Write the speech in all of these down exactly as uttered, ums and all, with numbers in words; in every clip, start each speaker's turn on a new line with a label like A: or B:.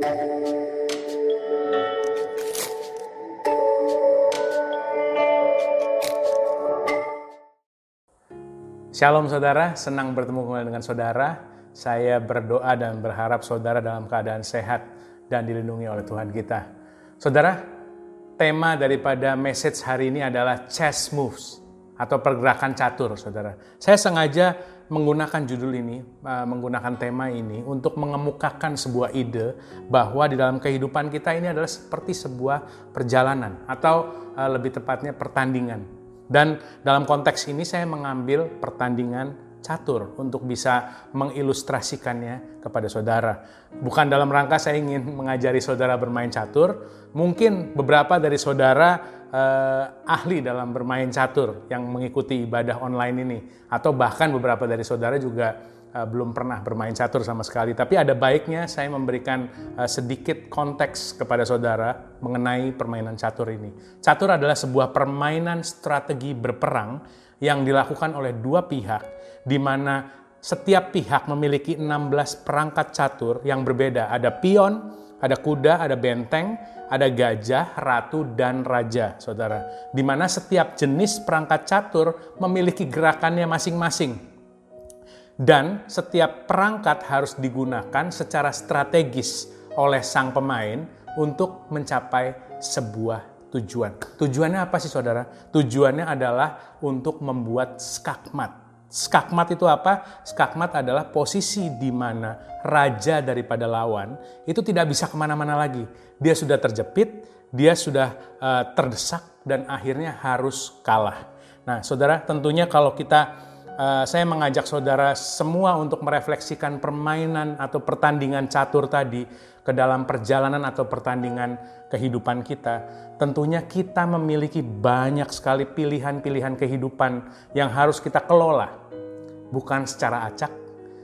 A: Shalom saudara, senang bertemu kembali dengan saudara. Saya berdoa dan berharap saudara dalam keadaan sehat dan dilindungi oleh Tuhan kita. Saudara, tema daripada message hari ini adalah chess moves atau pergerakan catur, saudara. Saya sengaja menggunakan judul ini, menggunakan tema ini untuk mengemukakan sebuah ide bahwa di dalam kehidupan kita ini adalah seperti sebuah perjalanan atau lebih tepatnya pertandingan. Dan dalam konteks ini saya mengambil pertandingan catur untuk bisa mengilustrasikannya kepada saudara. Bukan dalam rangka saya ingin mengajari saudara bermain catur. Mungkin beberapa dari saudara eh, ahli dalam bermain catur yang mengikuti ibadah online ini. Atau bahkan beberapa dari saudara juga Uh, belum pernah bermain catur sama sekali. Tapi ada baiknya saya memberikan uh, sedikit konteks kepada saudara mengenai permainan catur ini. Catur adalah sebuah permainan strategi berperang yang dilakukan oleh dua pihak, di mana setiap pihak memiliki enam belas perangkat catur yang berbeda. Ada pion, ada kuda, ada benteng, ada gajah, ratu, dan raja, saudara. Di mana setiap jenis perangkat catur memiliki gerakannya masing-masing. Dan setiap perangkat harus digunakan secara strategis oleh sang pemain untuk mencapai sebuah tujuan. Tujuannya apa sih saudara? Tujuannya adalah untuk membuat skakmat. Skakmat itu apa? Skakmat adalah posisi di mana raja daripada lawan itu tidak bisa kemana-mana lagi. Dia sudah terjepit, dia sudah uh, terdesak dan akhirnya harus kalah. Nah saudara, tentunya kalau kita Uh, saya mengajak saudara semua untuk merefleksikan permainan atau pertandingan catur tadi ke dalam perjalanan atau pertandingan kehidupan kita. Tentunya kita memiliki banyak sekali pilihan-pilihan kehidupan yang harus kita kelola. Bukan secara acak,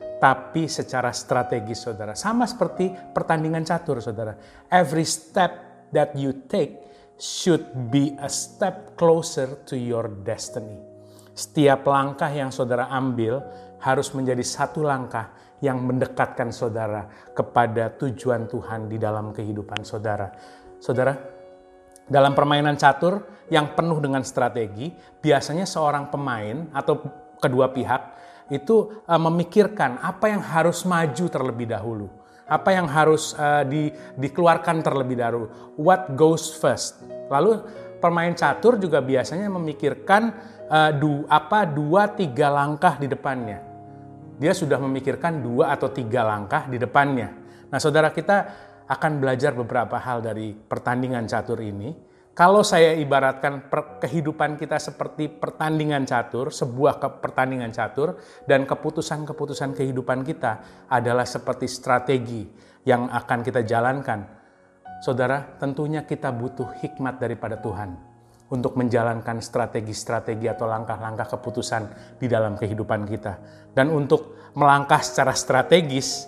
A: tapi secara strategis, saudara. Sama seperti pertandingan catur, saudara. Every step that you take should be a step closer to your destiny. Setiap langkah yang saudara ambil harus menjadi satu langkah yang mendekatkan saudara kepada tujuan Tuhan di dalam kehidupan saudara. Saudara, dalam permainan catur yang penuh dengan strategi, biasanya seorang pemain atau kedua pihak itu uh, memikirkan apa yang harus maju terlebih dahulu. Apa yang harus uh, di, dikeluarkan terlebih dahulu. What goes first? Lalu pemain catur juga biasanya memikirkan Uh, du, apa dua tiga langkah di depannya. Dia sudah memikirkan dua atau tiga langkah di depannya. Nah, saudara, kita akan belajar beberapa hal dari pertandingan catur ini. Kalau saya ibaratkan per, kehidupan kita seperti pertandingan catur, sebuah ke, pertandingan catur, dan keputusan-keputusan kehidupan kita adalah seperti strategi yang akan kita jalankan. Saudara, tentunya kita butuh hikmat daripada Tuhan untuk menjalankan strategi-strategi atau langkah-langkah keputusan di dalam kehidupan kita. Dan untuk melangkah secara strategis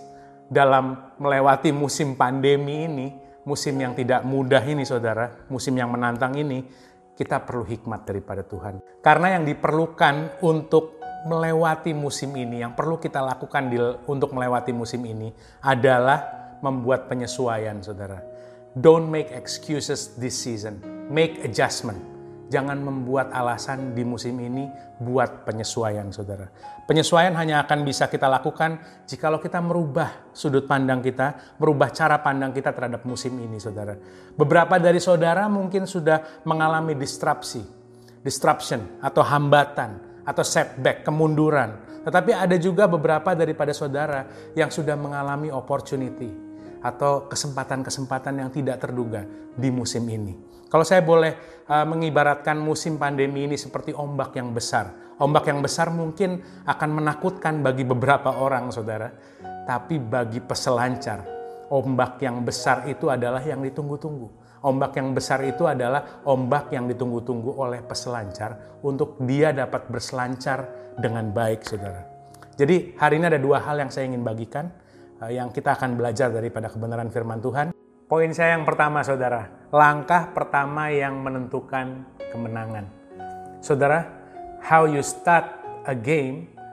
A: dalam melewati musim pandemi ini, musim yang tidak mudah ini saudara, musim yang menantang ini, kita perlu hikmat daripada Tuhan. Karena yang diperlukan untuk melewati musim ini, yang perlu kita lakukan di, untuk melewati musim ini adalah membuat penyesuaian saudara. Don't make excuses this season, make adjustment. Jangan membuat alasan di musim ini, buat penyesuaian, saudara. Penyesuaian hanya akan bisa kita lakukan jikalau kita merubah sudut pandang kita, merubah cara pandang kita terhadap musim ini, saudara. Beberapa dari saudara mungkin sudah mengalami disrupsi, disruption atau hambatan, atau setback, kemunduran. Tetapi ada juga beberapa daripada saudara yang sudah mengalami opportunity atau kesempatan-kesempatan yang tidak terduga di musim ini. Kalau saya boleh uh, mengibaratkan musim pandemi ini seperti ombak yang besar. Ombak yang besar mungkin akan menakutkan bagi beberapa orang, saudara. Tapi bagi peselancar, ombak yang besar itu adalah yang ditunggu-tunggu. Ombak yang besar itu adalah ombak yang ditunggu-tunggu oleh peselancar untuk dia dapat berselancar dengan baik, saudara. Jadi hari ini ada dua hal yang saya ingin bagikan, uh, yang kita akan belajar daripada kebenaran firman Tuhan. Poin saya yang pertama, saudara, langkah pertama yang menentukan kemenangan. Saudara, how you start a game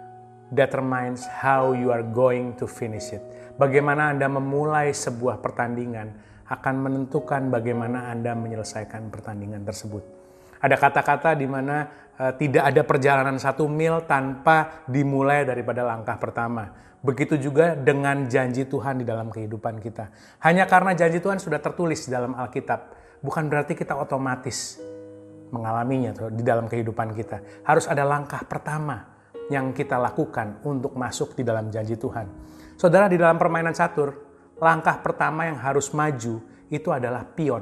A: determines how you are going to finish it. Bagaimana Anda memulai sebuah pertandingan akan menentukan bagaimana Anda menyelesaikan pertandingan tersebut. Ada kata-kata di mana uh, tidak ada perjalanan satu mil tanpa dimulai daripada langkah pertama. Begitu juga dengan janji Tuhan di dalam kehidupan kita. Hanya karena janji Tuhan sudah tertulis di dalam Alkitab, bukan berarti kita otomatis mengalaminya di dalam kehidupan kita. Harus ada langkah pertama yang kita lakukan untuk masuk di dalam janji Tuhan. Saudara, di dalam permainan catur, langkah pertama yang harus maju itu adalah pion.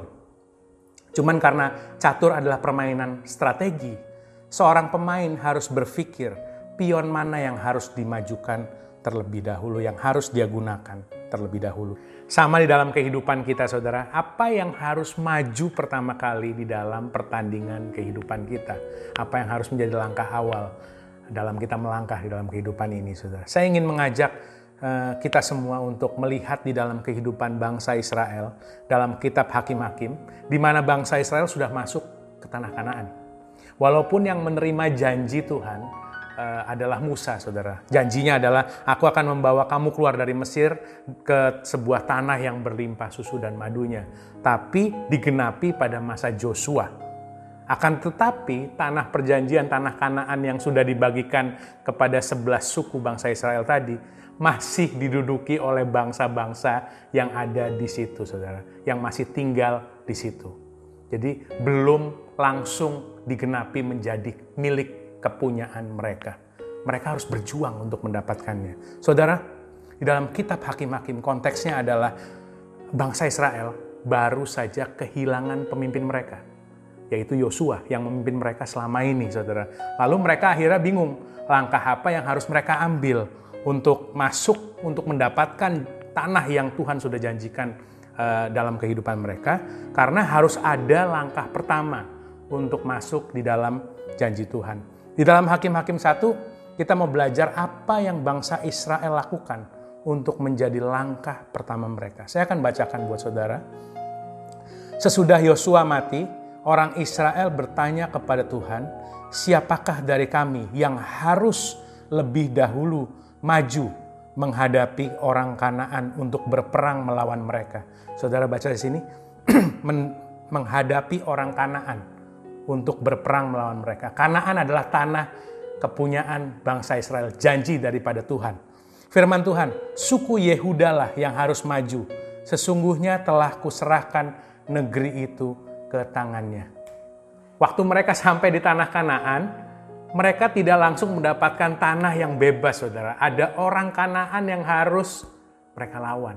A: Cuman karena catur adalah permainan strategi, seorang pemain harus berpikir pion mana yang harus dimajukan terlebih dahulu, yang harus dia gunakan terlebih dahulu. Sama di dalam kehidupan kita, saudara, apa yang harus maju pertama kali di dalam pertandingan kehidupan kita? Apa yang harus menjadi langkah awal dalam kita melangkah di dalam kehidupan ini, saudara? Saya ingin mengajak uh, kita semua untuk melihat di dalam kehidupan bangsa Israel, dalam kitab Hakim-Hakim, di mana bangsa Israel sudah masuk ke tanah Kanaan. Walaupun yang menerima janji Tuhan uh, adalah Musa, saudara. Janjinya adalah, aku akan membawa kamu keluar dari Mesir ke sebuah tanah yang berlimpah susu dan madunya. Tapi digenapi pada masa Joshua. Akan tetapi tanah perjanjian, tanah Kanaan yang sudah dibagikan kepada sebelas suku bangsa Israel tadi masih diduduki oleh bangsa-bangsa yang ada di situ, saudara, yang masih tinggal di situ. Jadi belum langsung digenapi menjadi milik kepunyaan mereka. Mereka harus berjuang untuk mendapatkannya. Saudara, di dalam kitab Hakim-Hakim konteksnya adalah bangsa Israel baru saja kehilangan pemimpin mereka, yaitu Yosua yang memimpin mereka selama ini, saudara. Lalu mereka akhirnya bingung, langkah apa yang harus mereka ambil untuk masuk, untuk mendapatkan tanah yang Tuhan sudah janjikan uh, dalam kehidupan mereka, karena harus ada langkah pertama untuk masuk di dalam janji Tuhan. Di dalam Hakim-Hakim satu, kita mau belajar apa yang bangsa Israel lakukan untuk menjadi langkah pertama mereka. Saya akan bacakan buat saudara. Sesudah Yosua mati, orang Israel bertanya kepada Tuhan, siapakah dari kami yang harus lebih dahulu maju menghadapi orang Kanaan untuk berperang melawan mereka? Saudara baca di sini, menghadapi orang Kanaan untuk berperang melawan mereka. Kanaan adalah tanah kepunyaan bangsa Israel, janji daripada Tuhan. Firman Tuhan, suku Yehuda lah yang harus maju. Sesungguhnya telah kuserahkan negeri itu ke tangannya. Waktu mereka sampai di tanah Kanaan, mereka tidak langsung mendapatkan tanah yang bebas, saudara. Ada orang Kanaan yang harus mereka lawan.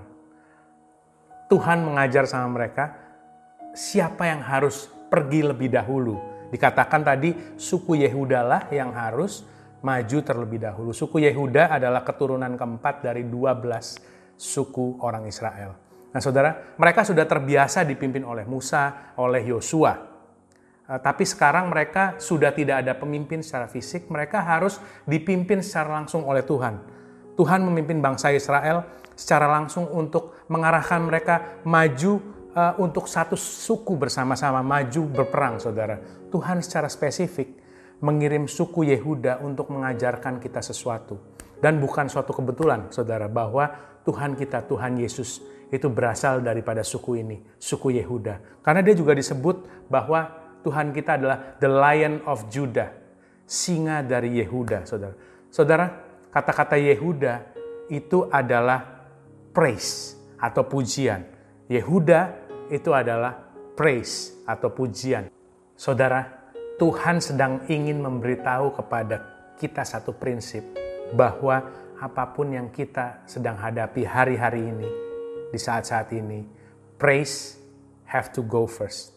A: Tuhan mengajar sama mereka, siapa yang harus pergi lebih dahulu. Dikatakan tadi, suku Yehuda lah yang harus maju terlebih dahulu. Suku Yehuda adalah keturunan keempat dari dua belas suku orang Israel. Nah saudara, mereka sudah terbiasa dipimpin oleh Musa, oleh Yosua. Uh, tapi sekarang mereka sudah tidak ada pemimpin secara fisik, mereka harus dipimpin secara langsung oleh Tuhan. Tuhan memimpin bangsa Israel secara langsung untuk mengarahkan mereka maju uh, untuk satu suku bersama-sama, maju berperang, saudara. Tuhan secara spesifik mengirim suku Yehuda untuk mengajarkan kita sesuatu. Dan bukan suatu kebetulan, saudara, bahwa Tuhan kita, Tuhan Yesus, itu berasal daripada suku ini, suku Yehuda. Karena dia juga disebut bahwa Tuhan kita adalah the Lion of Judah, singa dari Yehuda, saudara. Saudara, kata-kata Yehuda itu adalah praise atau pujian. Yehuda itu adalah praise atau pujian. Saudara, Tuhan sedang ingin memberitahu kepada kita satu prinsip, bahwa apapun yang kita sedang hadapi hari-hari ini, di saat-saat ini, praise have to go first.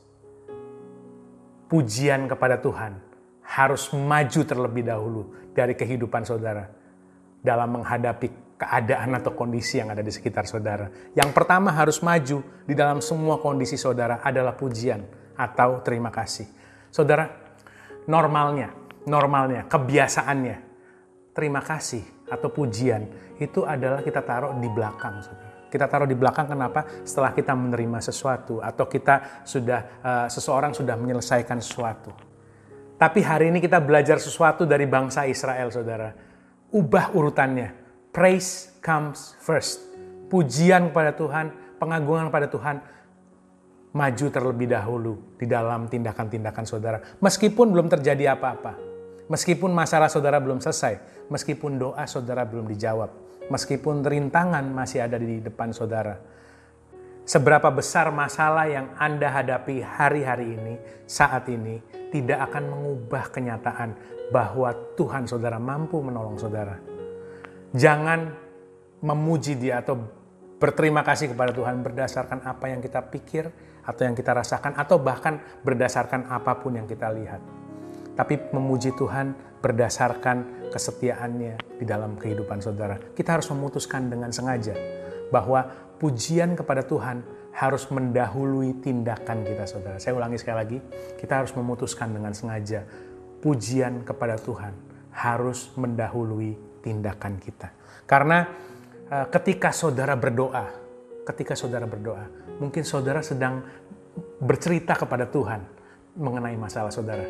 A: Pujian kepada Tuhan harus maju terlebih dahulu dari kehidupan saudara dalam menghadapi keadaan atau kondisi yang ada di sekitar saudara. Yang pertama harus maju di dalam semua kondisi saudara adalah pujian atau terima kasih. Saudara, normalnya, normalnya, kebiasaannya, terima kasih atau pujian itu adalah kita taruh di belakang, saudara. Kita taruh di belakang kenapa? Setelah kita menerima sesuatu atau kita sudah uh, seseorang sudah menyelesaikan sesuatu. Tapi hari ini kita belajar sesuatu dari bangsa Israel, saudara. ubah urutannya. Praise comes first. Pujian kepada Tuhan, pengagungan kepada Tuhan, maju terlebih dahulu di dalam tindakan-tindakan saudara. Meskipun belum terjadi apa-apa, meskipun masalah saudara belum selesai, meskipun doa saudara belum dijawab, meskipun rintangan masih ada di depan saudara. Seberapa besar masalah yang Anda hadapi hari-hari ini, saat ini, tidak akan mengubah kenyataan bahwa Tuhan saudara mampu menolong saudara. Jangan memuji Dia atau berterima kasih kepada Tuhan berdasarkan apa yang kita pikir atau yang kita rasakan atau bahkan berdasarkan apapun yang kita lihat. Tapi memuji Tuhan berdasarkan kesetiaannya di dalam kehidupan saudara. Kita harus memutuskan dengan sengaja bahwa pujian kepada Tuhan harus mendahului tindakan kita saudara. Saya ulangi sekali lagi, kita harus memutuskan dengan sengaja. Pujian kepada Tuhan harus mendahului tindakan kita. Karena uh, ketika saudara berdoa, ketika saudara berdoa, mungkin saudara sedang bercerita kepada Tuhan mengenai masalah saudara.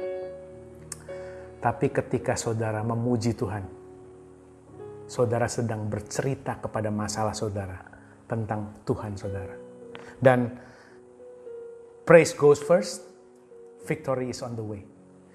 A: Tapi ketika saudara memuji Tuhan, saudara sedang bercerita kepada masalah saudara tentang Tuhan saudara. Dan praise goes first, victory is on the way.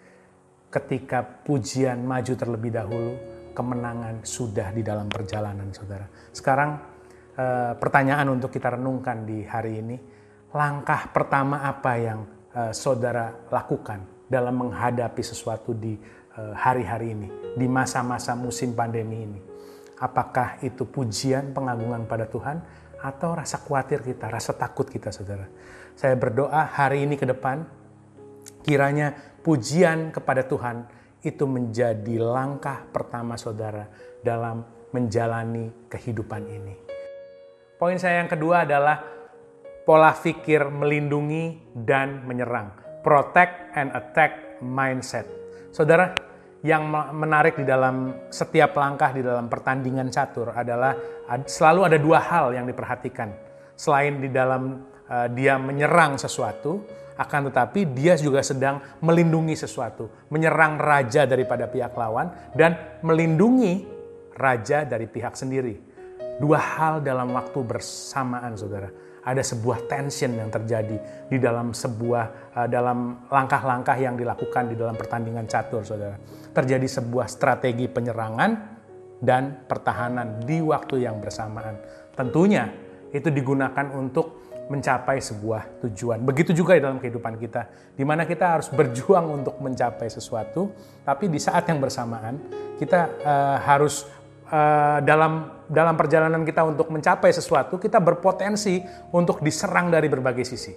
A: Ketika pujian maju terlebih dahulu, kemenangan sudah di dalam perjalanan saudara. Sekarang eh, pertanyaan untuk kita renungkan di hari ini, langkah pertama apa yang eh, saudara lakukan dalam menghadapi sesuatu di eh, hari-hari ini, di masa-masa musim pandemi ini? Apakah itu pujian, pengagungan pada Tuhan, atau rasa khawatir kita, rasa takut kita saudara? Saya berdoa hari ini ke depan, kiranya pujian kepada Tuhan itu menjadi langkah pertama saudara dalam menjalani kehidupan ini. Poin saya yang kedua adalah pola pikir melindungi dan menyerang. Protect and attack mindset. Saudara, yang menarik di dalam setiap langkah di dalam pertandingan catur adalah selalu ada dua hal yang diperhatikan. Selain di dalam uh, dia menyerang sesuatu, akan tetapi dia juga sedang melindungi sesuatu, menyerang raja daripada pihak lawan dan melindungi raja dari pihak sendiri. Dua hal dalam waktu bersamaan, saudara. Ada sebuah tension yang terjadi di dalam sebuah uh, dalam langkah-langkah yang dilakukan di dalam pertandingan catur, saudara. Terjadi sebuah strategi penyerangan dan pertahanan di waktu yang bersamaan. Tentunya itu digunakan untuk mencapai sebuah tujuan. Begitu juga di dalam kehidupan kita, di mana kita harus berjuang untuk mencapai sesuatu, tapi di saat yang bersamaan kita uh, harus uh, dalam dalam perjalanan kita untuk mencapai sesuatu, kita berpotensi untuk diserang dari berbagai sisi.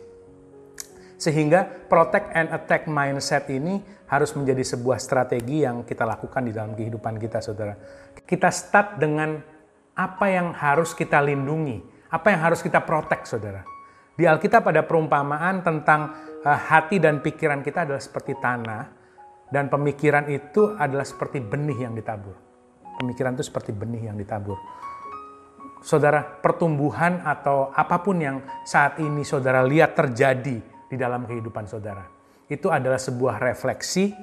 A: Sehingga protect and attack mindset ini harus menjadi sebuah strategi yang kita lakukan di dalam kehidupan kita, saudara. Kita start dengan apa yang harus kita lindungi, apa yang harus kita protect, saudara. Di Alkitab ada perumpamaan tentang uh, hati dan pikiran kita adalah seperti tanah, dan pemikiran itu adalah seperti benih yang ditabur. Pemikiran itu seperti benih yang ditabur. Saudara, pertumbuhan atau apapun yang saat ini saudara lihat terjadi di dalam kehidupan saudara, itu adalah sebuah refleksi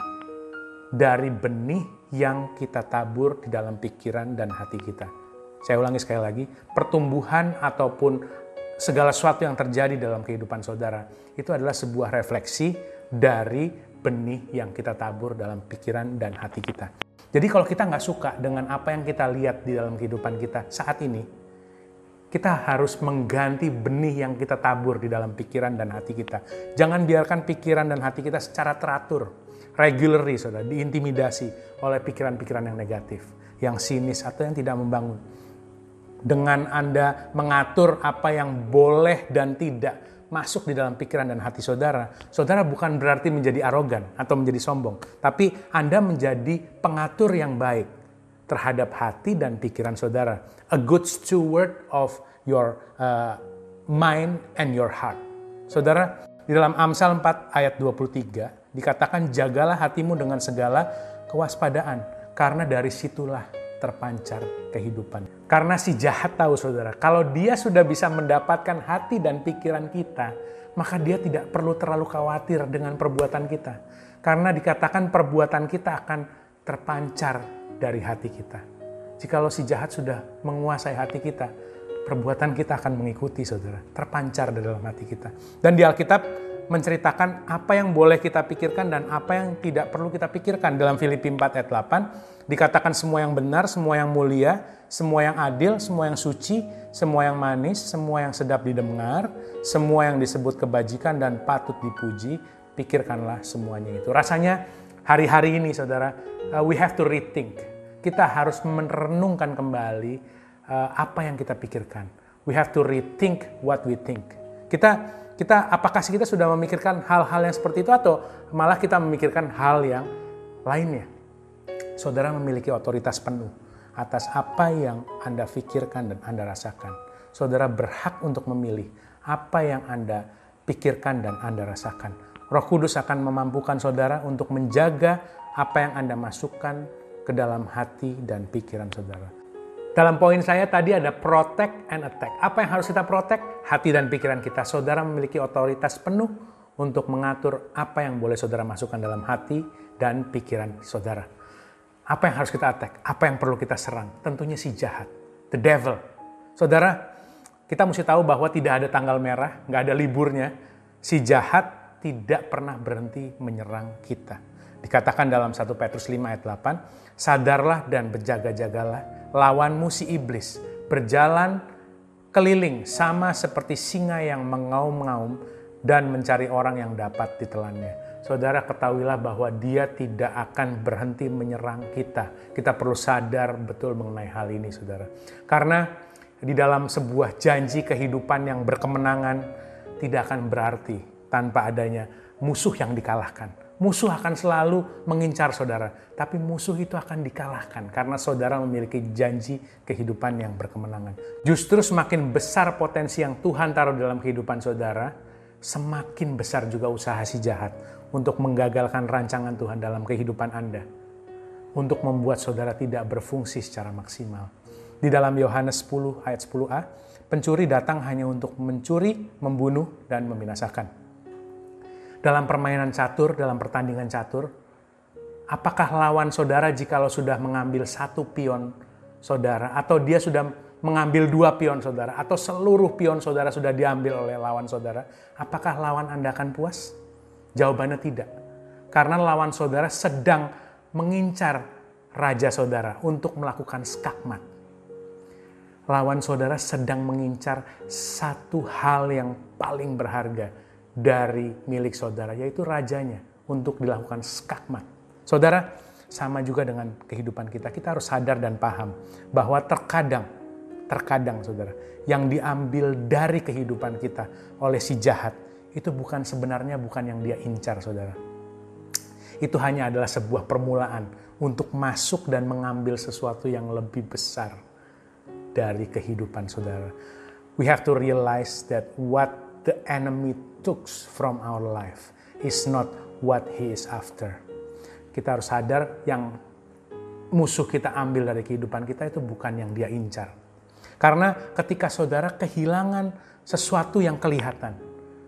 A: dari benih yang kita tabur di dalam pikiran dan hati kita. Saya ulangi sekali lagi, pertumbuhan ataupun segala sesuatu yang terjadi dalam kehidupan saudara, itu adalah sebuah refleksi dari benih yang kita tabur dalam pikiran dan hati kita. Jadi kalau kita nggak suka dengan apa yang kita lihat di dalam kehidupan kita saat ini, kita harus mengganti benih yang kita tabur di dalam pikiran dan hati kita. Jangan biarkan pikiran dan hati kita secara teratur, regularly, saudara, diintimidasi oleh pikiran-pikiran yang negatif, yang sinis atau yang tidak membangun. Dengan Anda mengatur apa yang boleh dan tidak masuk di dalam pikiran dan hati saudara, saudara bukan berarti menjadi arogan atau menjadi sombong, tapi Anda menjadi pengatur yang baik terhadap hati dan pikiran saudara. A good steward of your uh, mind and your heart. Saudara, di dalam Amsal empat ayat dua puluh tiga dikatakan, jagalah hatimu dengan segala kewaspadaan, karena dari situlah terpancar kehidupan. Karena si jahat tahu, saudara, kalau dia sudah bisa mendapatkan hati dan pikiran kita, maka dia tidak perlu terlalu khawatir dengan perbuatan kita. Karena dikatakan perbuatan kita akan terpancar dari hati kita. Jikalau si jahat sudah menguasai hati kita, perbuatan kita akan mengikuti, saudara. Terpancar di dalam hati kita. Dan di Alkitab menceritakan apa yang boleh kita pikirkan dan apa yang tidak perlu kita pikirkan. Dalam Filipi empat ayat delapan, dikatakan semua yang benar, semua yang mulia, semua yang adil, semua yang suci, semua yang manis, semua yang sedap didengar, semua yang disebut kebajikan dan patut dipuji, pikirkanlah semuanya itu. Rasanya hari-hari ini, saudara, uh, we have to rethink. Kita harus merenungkan kembali uh, apa yang kita pikirkan. We have to rethink what we think. Kita kita apakah kita sudah memikirkan hal-hal yang seperti itu atau malah kita memikirkan hal yang lainnya? Saudara memiliki otoritas penuh atas apa yang Anda pikirkan dan Anda rasakan. Saudara berhak untuk memilih apa yang Anda pikirkan dan Anda rasakan. Roh Kudus akan memampukan saudara untuk menjaga apa yang Anda masukkan ke dalam hati dan pikiran saudara. Dalam poin saya tadi ada protect and attack. Apa yang harus kita protect? Hati dan pikiran kita. Saudara memiliki otoritas penuh untuk mengatur apa yang boleh saudara masukkan dalam hati dan pikiran saudara. Apa yang harus kita attack? Apa yang perlu kita serang? Tentunya si jahat, the devil. Saudara, kita mesti tahu bahwa tidak ada tanggal merah, nggak ada liburnya. Si jahat tidak pernah berhenti menyerang kita. Dikatakan dalam satu Petrus lima ayat delapan, sadarlah dan berjaga-jagalah, lawanmu si iblis berjalan keliling sama seperti singa yang mengaum-ngaum dan mencari orang yang dapat ditelannya. Saudara, ketahuilah bahwa dia tidak akan berhenti menyerang kita. Kita perlu sadar betul mengenai hal ini, saudara. Karena di dalam sebuah janji kehidupan yang berkemenangan tidak akan berarti tanpa adanya musuh yang dikalahkan. Musuh akan selalu mengincar saudara, tapi musuh itu akan dikalahkan karena saudara memiliki janji kehidupan yang berkemenangan. Justru semakin besar potensi yang Tuhan taruh dalam kehidupan saudara, semakin besar juga usaha si jahat untuk menggagalkan rancangan Tuhan dalam kehidupan Anda, untuk membuat saudara tidak berfungsi secara maksimal. Di dalam Yohanes sepuluh ayat sepuluh a, pencuri datang hanya untuk mencuri, membunuh, dan membinasakan. Dalam permainan catur, dalam pertandingan catur, apakah lawan saudara jikalau sudah mengambil satu pion saudara, atau dia sudah mengambil dua pion saudara, atau seluruh pion saudara sudah diambil oleh lawan saudara, apakah lawan Anda akan puas? Jawabannya tidak. Karena lawan saudara sedang mengincar raja saudara untuk melakukan skakmat. Lawan saudara sedang mengincar satu hal yang paling berharga dari milik saudara, yaitu rajanya, untuk dilakukan skakmat. Saudara, sama juga dengan kehidupan kita. Kita harus sadar dan paham bahwa terkadang, terkadang saudara, yang diambil dari kehidupan kita oleh si jahat, itu bukan sebenarnya bukan yang dia incar, saudara. Itu hanya adalah sebuah permulaan untuk masuk dan mengambil sesuatu yang lebih besar dari kehidupan saudara. We have to realize that what the enemy took from our life is not what he is after. Kita harus sadar yang musuh kita ambil dari kehidupan kita itu bukan yang dia incar. Karena ketika saudara kehilangan sesuatu yang kelihatan,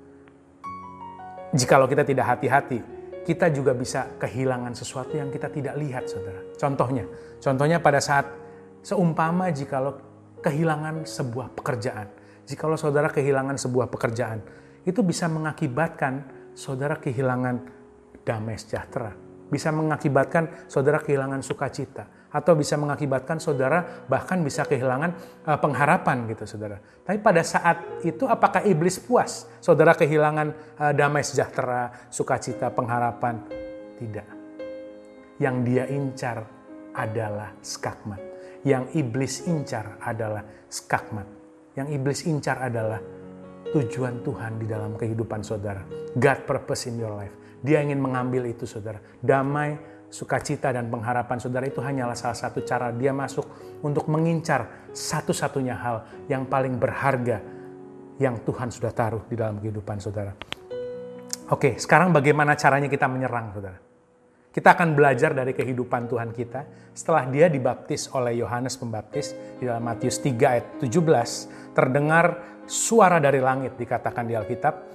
A: jikalau kita tidak hati-hati, kita juga bisa kehilangan sesuatu yang kita tidak lihat, saudara. Contohnya, contohnya pada saat seumpama jikalau kehilangan sebuah pekerjaan. Jikalau saudara kehilangan sebuah pekerjaan, itu bisa mengakibatkan saudara kehilangan damai sejahtera. Bisa mengakibatkan saudara kehilangan sukacita. Atau bisa mengakibatkan saudara bahkan bisa kehilangan uh, pengharapan gitu, saudara. Tapi pada saat itu apakah iblis puas? Saudara kehilangan uh, damai sejahtera, sukacita, pengharapan? Tidak. Yang dia incar adalah skakmat. Yang iblis incar adalah skakmat. Yang iblis incar adalah tujuan Tuhan di dalam kehidupan saudara. God purpose in your life. Dia ingin mengambil itu, saudara. Damai, sukacita, dan pengharapan saudara itu hanyalah salah satu cara dia masuk untuk mengincar satu-satunya hal yang paling berharga yang Tuhan sudah taruh di dalam kehidupan saudara. Oke, sekarang bagaimana caranya kita menyerang, saudara? Kita akan belajar dari kehidupan Tuhan kita setelah dia dibaptis oleh Yohanes Pembaptis. Di dalam Matius tiga ayat tujuh belas, terdengar suara dari langit, dikatakan di Alkitab.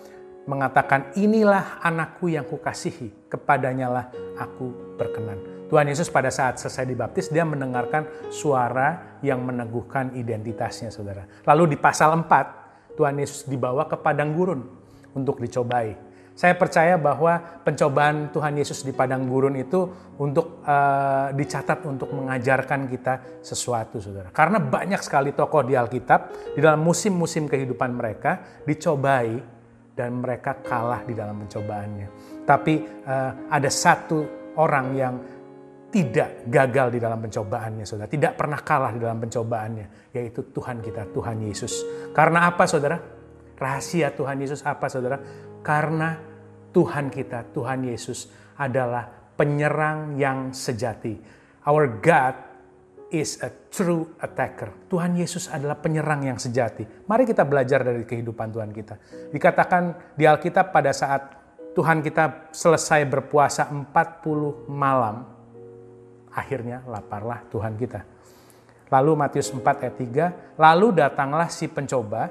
A: mengatakan, inilah anakku yang kukasihi, kepadanyalah aku berkenan. Tuhan Yesus pada saat selesai dibaptis, dia mendengarkan suara yang meneguhkan identitasnya, saudara. Lalu di pasal empat, Tuhan Yesus dibawa ke padang gurun untuk dicobai. Saya percaya bahwa pencobaan Tuhan Yesus di padang gurun itu untuk uh, dicatat untuk mengajarkan kita sesuatu, saudara. Karena banyak sekali tokoh di Alkitab, di dalam musim-musim kehidupan mereka, dicobai dan mereka kalah di dalam pencobaannya. Tapi uh, ada satu orang yang tidak gagal di dalam pencobaannya, saudara. Tidak pernah kalah di dalam pencobaannya, yaitu Tuhan kita, Tuhan Yesus. Karena apa, saudara? Rahasia Tuhan Yesus apa, saudara? Karena Tuhan kita, Tuhan Yesus adalah penyerang yang sejati. Our God is a true attacker. Tuhan Yesus adalah penyerang yang sejati. Mari kita belajar dari kehidupan Tuhan kita. Dikatakan di Alkitab pada saat Tuhan kita selesai berpuasa empat puluh malam, akhirnya laparlah Tuhan kita. Lalu Matius empat ayat tiga, lalu datanglah si pencoba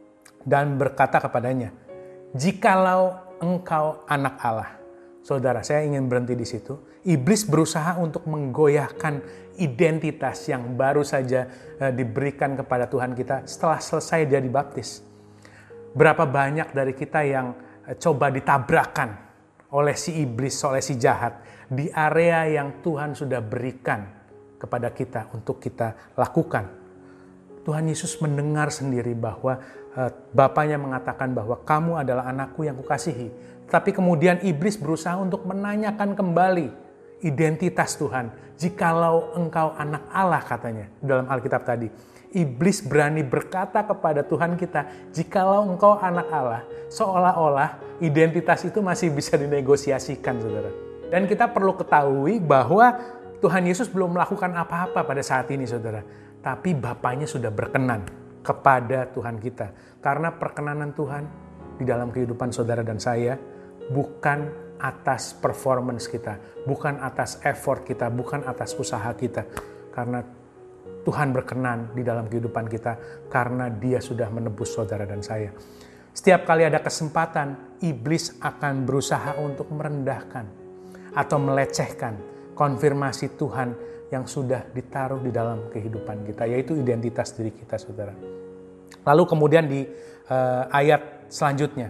A: dan berkata kepadanya, jikalau engkau anak Allah. Saudara, saya ingin berhenti di situ. Iblis berusaha untuk menggoyahkan identitas yang baru saja diberikan kepada Tuhan kita setelah selesai dia dibaptis. Berapa banyak dari kita yang coba ditabrakkan oleh si iblis, oleh si jahat di area yang Tuhan sudah berikan kepada kita untuk kita lakukan. Tuhan Yesus mendengar sendiri bahwa uh, Bapaknya mengatakan bahwa kamu adalah anakku yang kukasihi. Tapi kemudian iblis berusaha untuk menanyakan kembali identitas Tuhan. Jikalau engkau anak Allah, katanya dalam Alkitab tadi. Iblis berani berkata kepada Tuhan kita, jikalau engkau anak Allah, seolah-olah identitas itu masih bisa dinegosiasikan, saudara. Dan kita perlu ketahui bahwa Tuhan Yesus belum melakukan apa-apa pada saat ini, saudara. Tapi Bapaknya sudah berkenan kepada Tuhan kita. Karena perkenanan Tuhan di dalam kehidupan saudara dan saya bukan atas performance kita, bukan atas effort kita, bukan atas usaha kita. Karena Tuhan berkenan di dalam kehidupan kita karena Dia sudah menebus saudara dan saya. Setiap kali ada kesempatan, iblis akan berusaha untuk merendahkan atau melecehkan konfirmasi Tuhan yang sudah ditaruh di dalam kehidupan kita, yaitu identitas diri kita, saudara. Lalu kemudian di uh, ayat selanjutnya,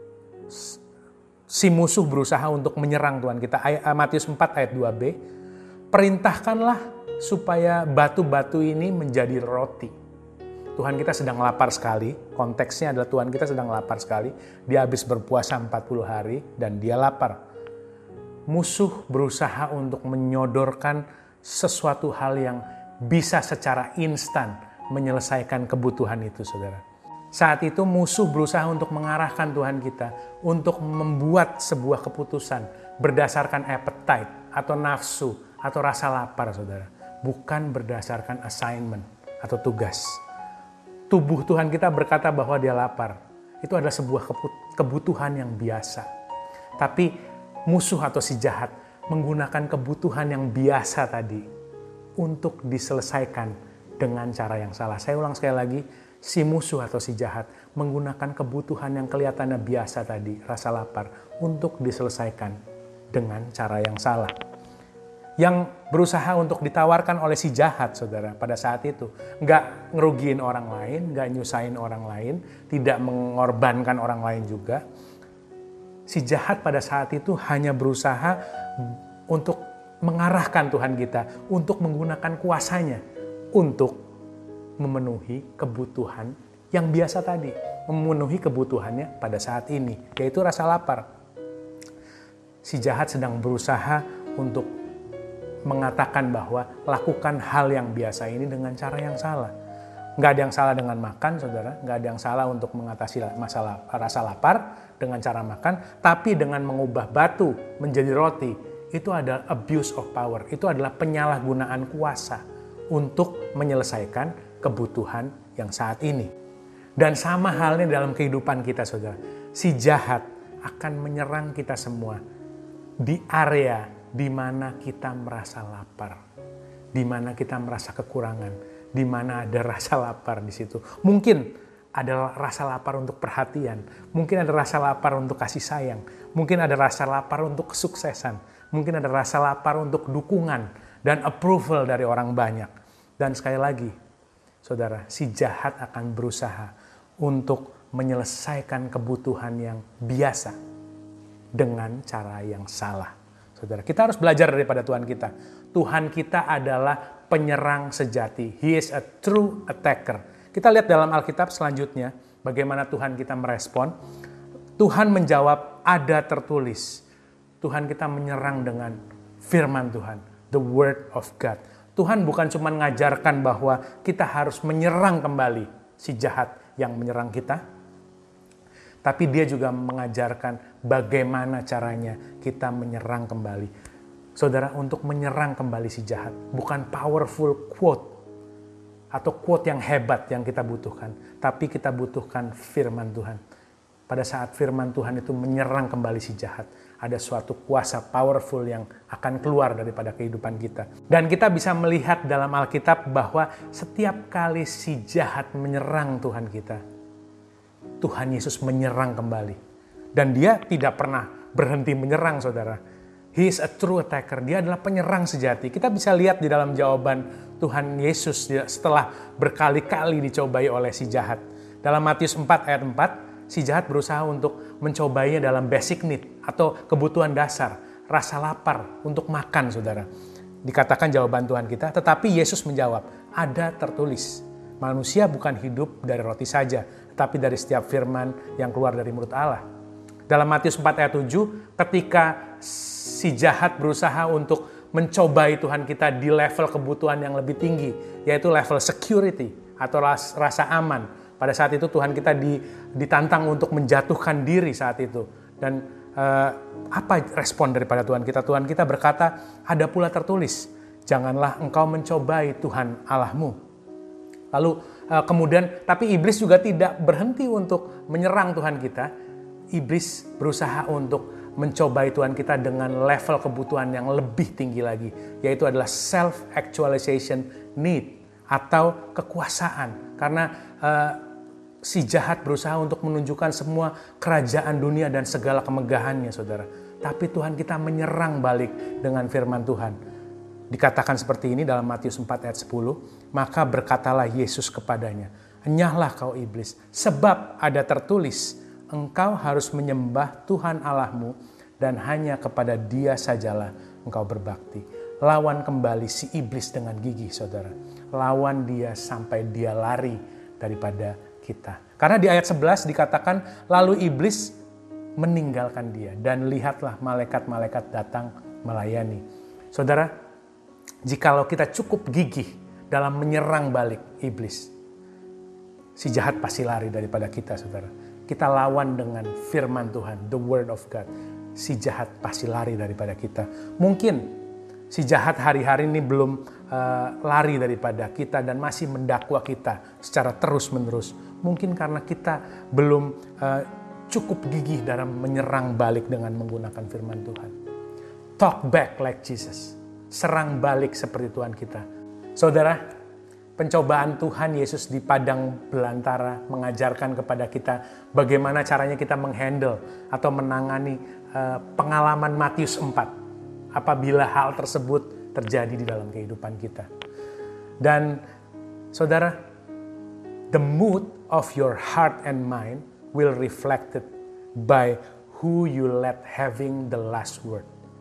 A: si musuh berusaha untuk menyerang Tuhan kita. Ayat, Matius empat ayat dua b, perintahkanlah supaya batu-batu ini menjadi roti. Tuhan kita sedang lapar sekali, konteksnya adalah Tuhan kita sedang lapar sekali. Dia habis berpuasa empat puluh hari dan dia lapar. Musuh berusaha untuk menyodorkan sesuatu hal yang bisa secara instan menyelesaikan kebutuhan itu, saudara. Saat itu musuh berusaha untuk mengarahkan Tuhan kita untuk membuat sebuah keputusan berdasarkan appetite atau nafsu atau rasa lapar, saudara. Bukan berdasarkan assignment atau tugas. Tubuh Tuhan kita berkata bahwa dia lapar. Itu adalah sebuah kebutuhan yang biasa. Tapi musuh atau si jahat menggunakan kebutuhan yang biasa tadi untuk diselesaikan dengan cara yang salah. Saya ulang sekali lagi, si musuh atau si jahat menggunakan kebutuhan yang kelihatannya biasa tadi, rasa lapar, untuk diselesaikan dengan cara yang salah. Yang berusaha untuk ditawarkan oleh si jahat, saudara, pada saat itu nggak ngerugiin orang lain, nggak nyusahin orang lain, tidak mengorbankan orang lain juga. Si jahat pada saat itu hanya berusaha untuk mengarahkan Tuhan kita, untuk menggunakan kuasanya, untuk memenuhi kebutuhan yang biasa tadi, memenuhi kebutuhannya pada saat ini, yaitu rasa lapar. Si jahat sedang berusaha untuk mengatakan bahwa lakukan hal yang biasa ini dengan cara yang salah. Nggak ada yang salah dengan makan, saudara. Nggak ada yang salah untuk mengatasi masalah rasa lapar dengan cara makan. Tapi dengan mengubah batu menjadi roti, itu adalah abuse of power. Itu adalah penyalahgunaan kuasa untuk menyelesaikan kebutuhan yang saat ini. Dan sama halnya dalam kehidupan kita, saudara. Si jahat akan menyerang kita semua di area di mana kita merasa lapar, di mana kita merasa kekurangan, di mana ada rasa lapar di situ. Mungkin ada rasa lapar untuk perhatian, mungkin ada rasa lapar untuk kasih sayang, mungkin ada rasa lapar untuk kesuksesan, mungkin ada rasa lapar untuk dukungan dan approval dari orang banyak. Dan sekali lagi, saudara, si jahat akan berusaha untuk menyelesaikan kebutuhan yang biasa dengan cara yang salah. Saudara, kita harus belajar daripada Tuhan kita. Tuhan kita adalah penyerang sejati. He is a true attacker. Kita lihat dalam Alkitab selanjutnya bagaimana Tuhan kita merespon. Tuhan menjawab, ada tertulis. Tuhan kita menyerang dengan firman Tuhan, the word of God. Tuhan bukan cuma mengajarkan bahwa kita harus menyerang kembali si jahat yang menyerang kita, tapi dia juga mengajarkan bagaimana caranya kita menyerang kembali. Saudara, untuk menyerang kembali si jahat bukan powerful quote atau quote yang hebat yang kita butuhkan, tapi kita butuhkan firman Tuhan. Pada saat firman Tuhan itu menyerang kembali si jahat, ada suatu kuasa powerful yang akan keluar daripada kehidupan kita. Dan kita bisa melihat dalam Alkitab bahwa setiap kali si jahat menyerang Tuhan kita, Tuhan Yesus menyerang kembali. Dan dia tidak pernah berhenti menyerang, saudara. He is a true attacker. Dia adalah penyerang sejati. Kita bisa lihat di dalam jawaban Tuhan Yesus setelah berkali-kali dicobai oleh si jahat. Dalam Matius empat ayat empat, si jahat berusaha untuk mencobainya dalam basic need atau kebutuhan dasar, rasa lapar untuk makan, saudara. Dikatakan jawaban Tuhan kita, tetapi Yesus menjawab, ada tertulis, manusia bukan hidup dari roti saja, tetapi dari setiap firman yang keluar dari mulut Allah. Dalam Matius empat ayat tujuh, ketika si jahat berusaha untuk mencobai Tuhan kita di level kebutuhan yang lebih tinggi, yaitu level security atau rasa aman. Pada saat itu Tuhan kita ditantang untuk menjatuhkan diri saat itu. Dan eh, apa respon daripada Tuhan kita? Tuhan kita berkata, ada pula tertulis, janganlah engkau mencobai Tuhan Allahmu. Lalu eh, kemudian, tapi iblis juga tidak berhenti untuk menyerang Tuhan kita. Iblis berusaha untuk mencobai Tuhan kita dengan level kebutuhan yang lebih tinggi lagi, yaitu adalah self-actualization need atau kekuasaan. Karena uh, si jahat berusaha untuk menunjukkan semua kerajaan dunia dan segala kemegahannya, saudara. Tapi Tuhan kita menyerang balik dengan firman Tuhan. Dikatakan seperti ini dalam Matius empat ayat sepuluh, maka berkatalah Yesus kepadanya, enyahlah kau iblis, sebab ada tertulis, engkau harus menyembah Tuhan Allahmu dan hanya kepada Dia sajalah engkau berbakti. Lawan kembali si iblis dengan gigih, saudara. Lawan dia sampai dia lari daripada kita. Karena di ayat sebelas dikatakan, lalu iblis meninggalkan dia dan lihatlah malaikat-malaikat datang melayani. Saudara, jikalau kita cukup gigih dalam menyerang balik iblis, si jahat pasti lari daripada kita, saudara. Kita lawan dengan firman Tuhan, the word of God. Si jahat pasti lari daripada kita. Mungkin si jahat hari-hari ini belum uh, lari daripada kita dan masih mendakwa kita secara terus-menerus. Mungkin karena kita belum uh, cukup gigih dalam menyerang balik dengan menggunakan firman Tuhan. Talk back like Jesus. Serang balik seperti Tuhan kita. Saudara, pencobaan Tuhan Yesus di padang belantara mengajarkan kepada kita bagaimana caranya kita menghandle atau menangani uh, pengalaman Matius empat apabila hal tersebut terjadi di dalam kehidupan kita. Dan saudara, the mood of your heart and mind will reflected by who you let having the last word.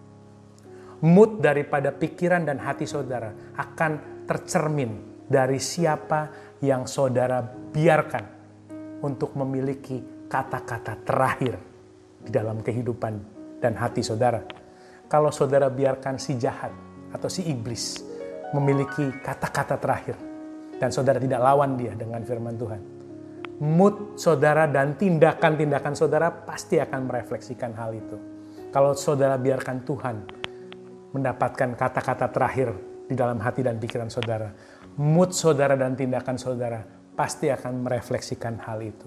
A: Mood daripada pikiran dan hati saudara akan tercermin dari siapa yang saudara biarkan untuk memiliki kata-kata terakhir di dalam kehidupan dan hati saudara. Kalau saudara biarkan si jahat atau si iblis memiliki kata-kata terakhir dan saudara tidak lawan dia dengan firman Tuhan, mood saudara dan tindakan-tindakan saudara pasti akan merefleksikan hal itu. Kalau saudara biarkan Tuhan mendapatkan kata-kata terakhir di dalam hati dan pikiran saudara, mood saudara dan tindakan saudara pasti akan merefleksikan hal itu.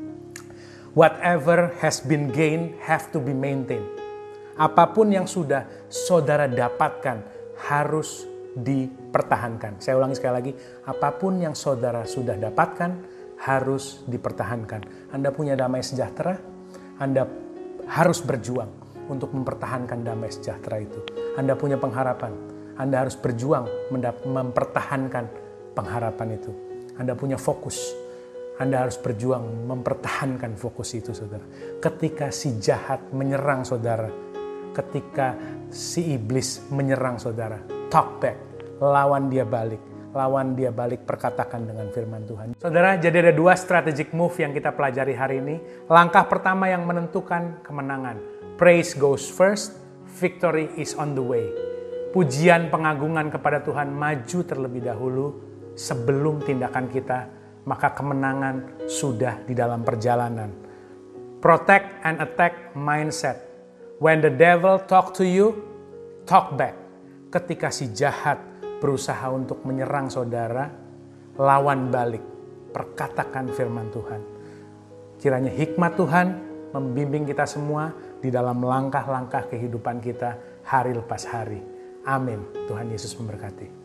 A: Whatever has been gained have to be maintained. Apapun yang sudah saudara dapatkan harus dipertahankan. Saya ulangi sekali lagi, apapun yang saudara sudah dapatkan harus dipertahankan. Anda punya damai sejahtera, Anda harus berjuang untuk mempertahankan damai sejahtera itu. Anda punya pengharapan, Anda harus berjuang mempertahankan pengharapan itu. Anda punya fokus, Anda harus berjuang mempertahankan fokus itu, saudara. Ketika si jahat menyerang saudara, ketika si iblis menyerang saudara, talk back, lawan dia balik. Lawan dia balik, perkatakan dengan firman Tuhan. Saudara, jadi ada dua strategic move yang kita pelajari hari ini. Langkah pertama yang menentukan kemenangan. Praise goes first, victory is on the way. Pujian pengagungan kepada Tuhan maju terlebih dahulu sebelum tindakan kita, maka kemenangan sudah di dalam perjalanan. Protect and attack mindset. When the devil talk to you, talk back. Ketika si jahat berusaha untuk menyerang saudara, lawan balik, perkatakan firman Tuhan. Kiranya hikmat Tuhan membimbing kita semua di dalam langkah-langkah kehidupan kita hari lepas hari. Amin. Tuhan Yesus memberkati.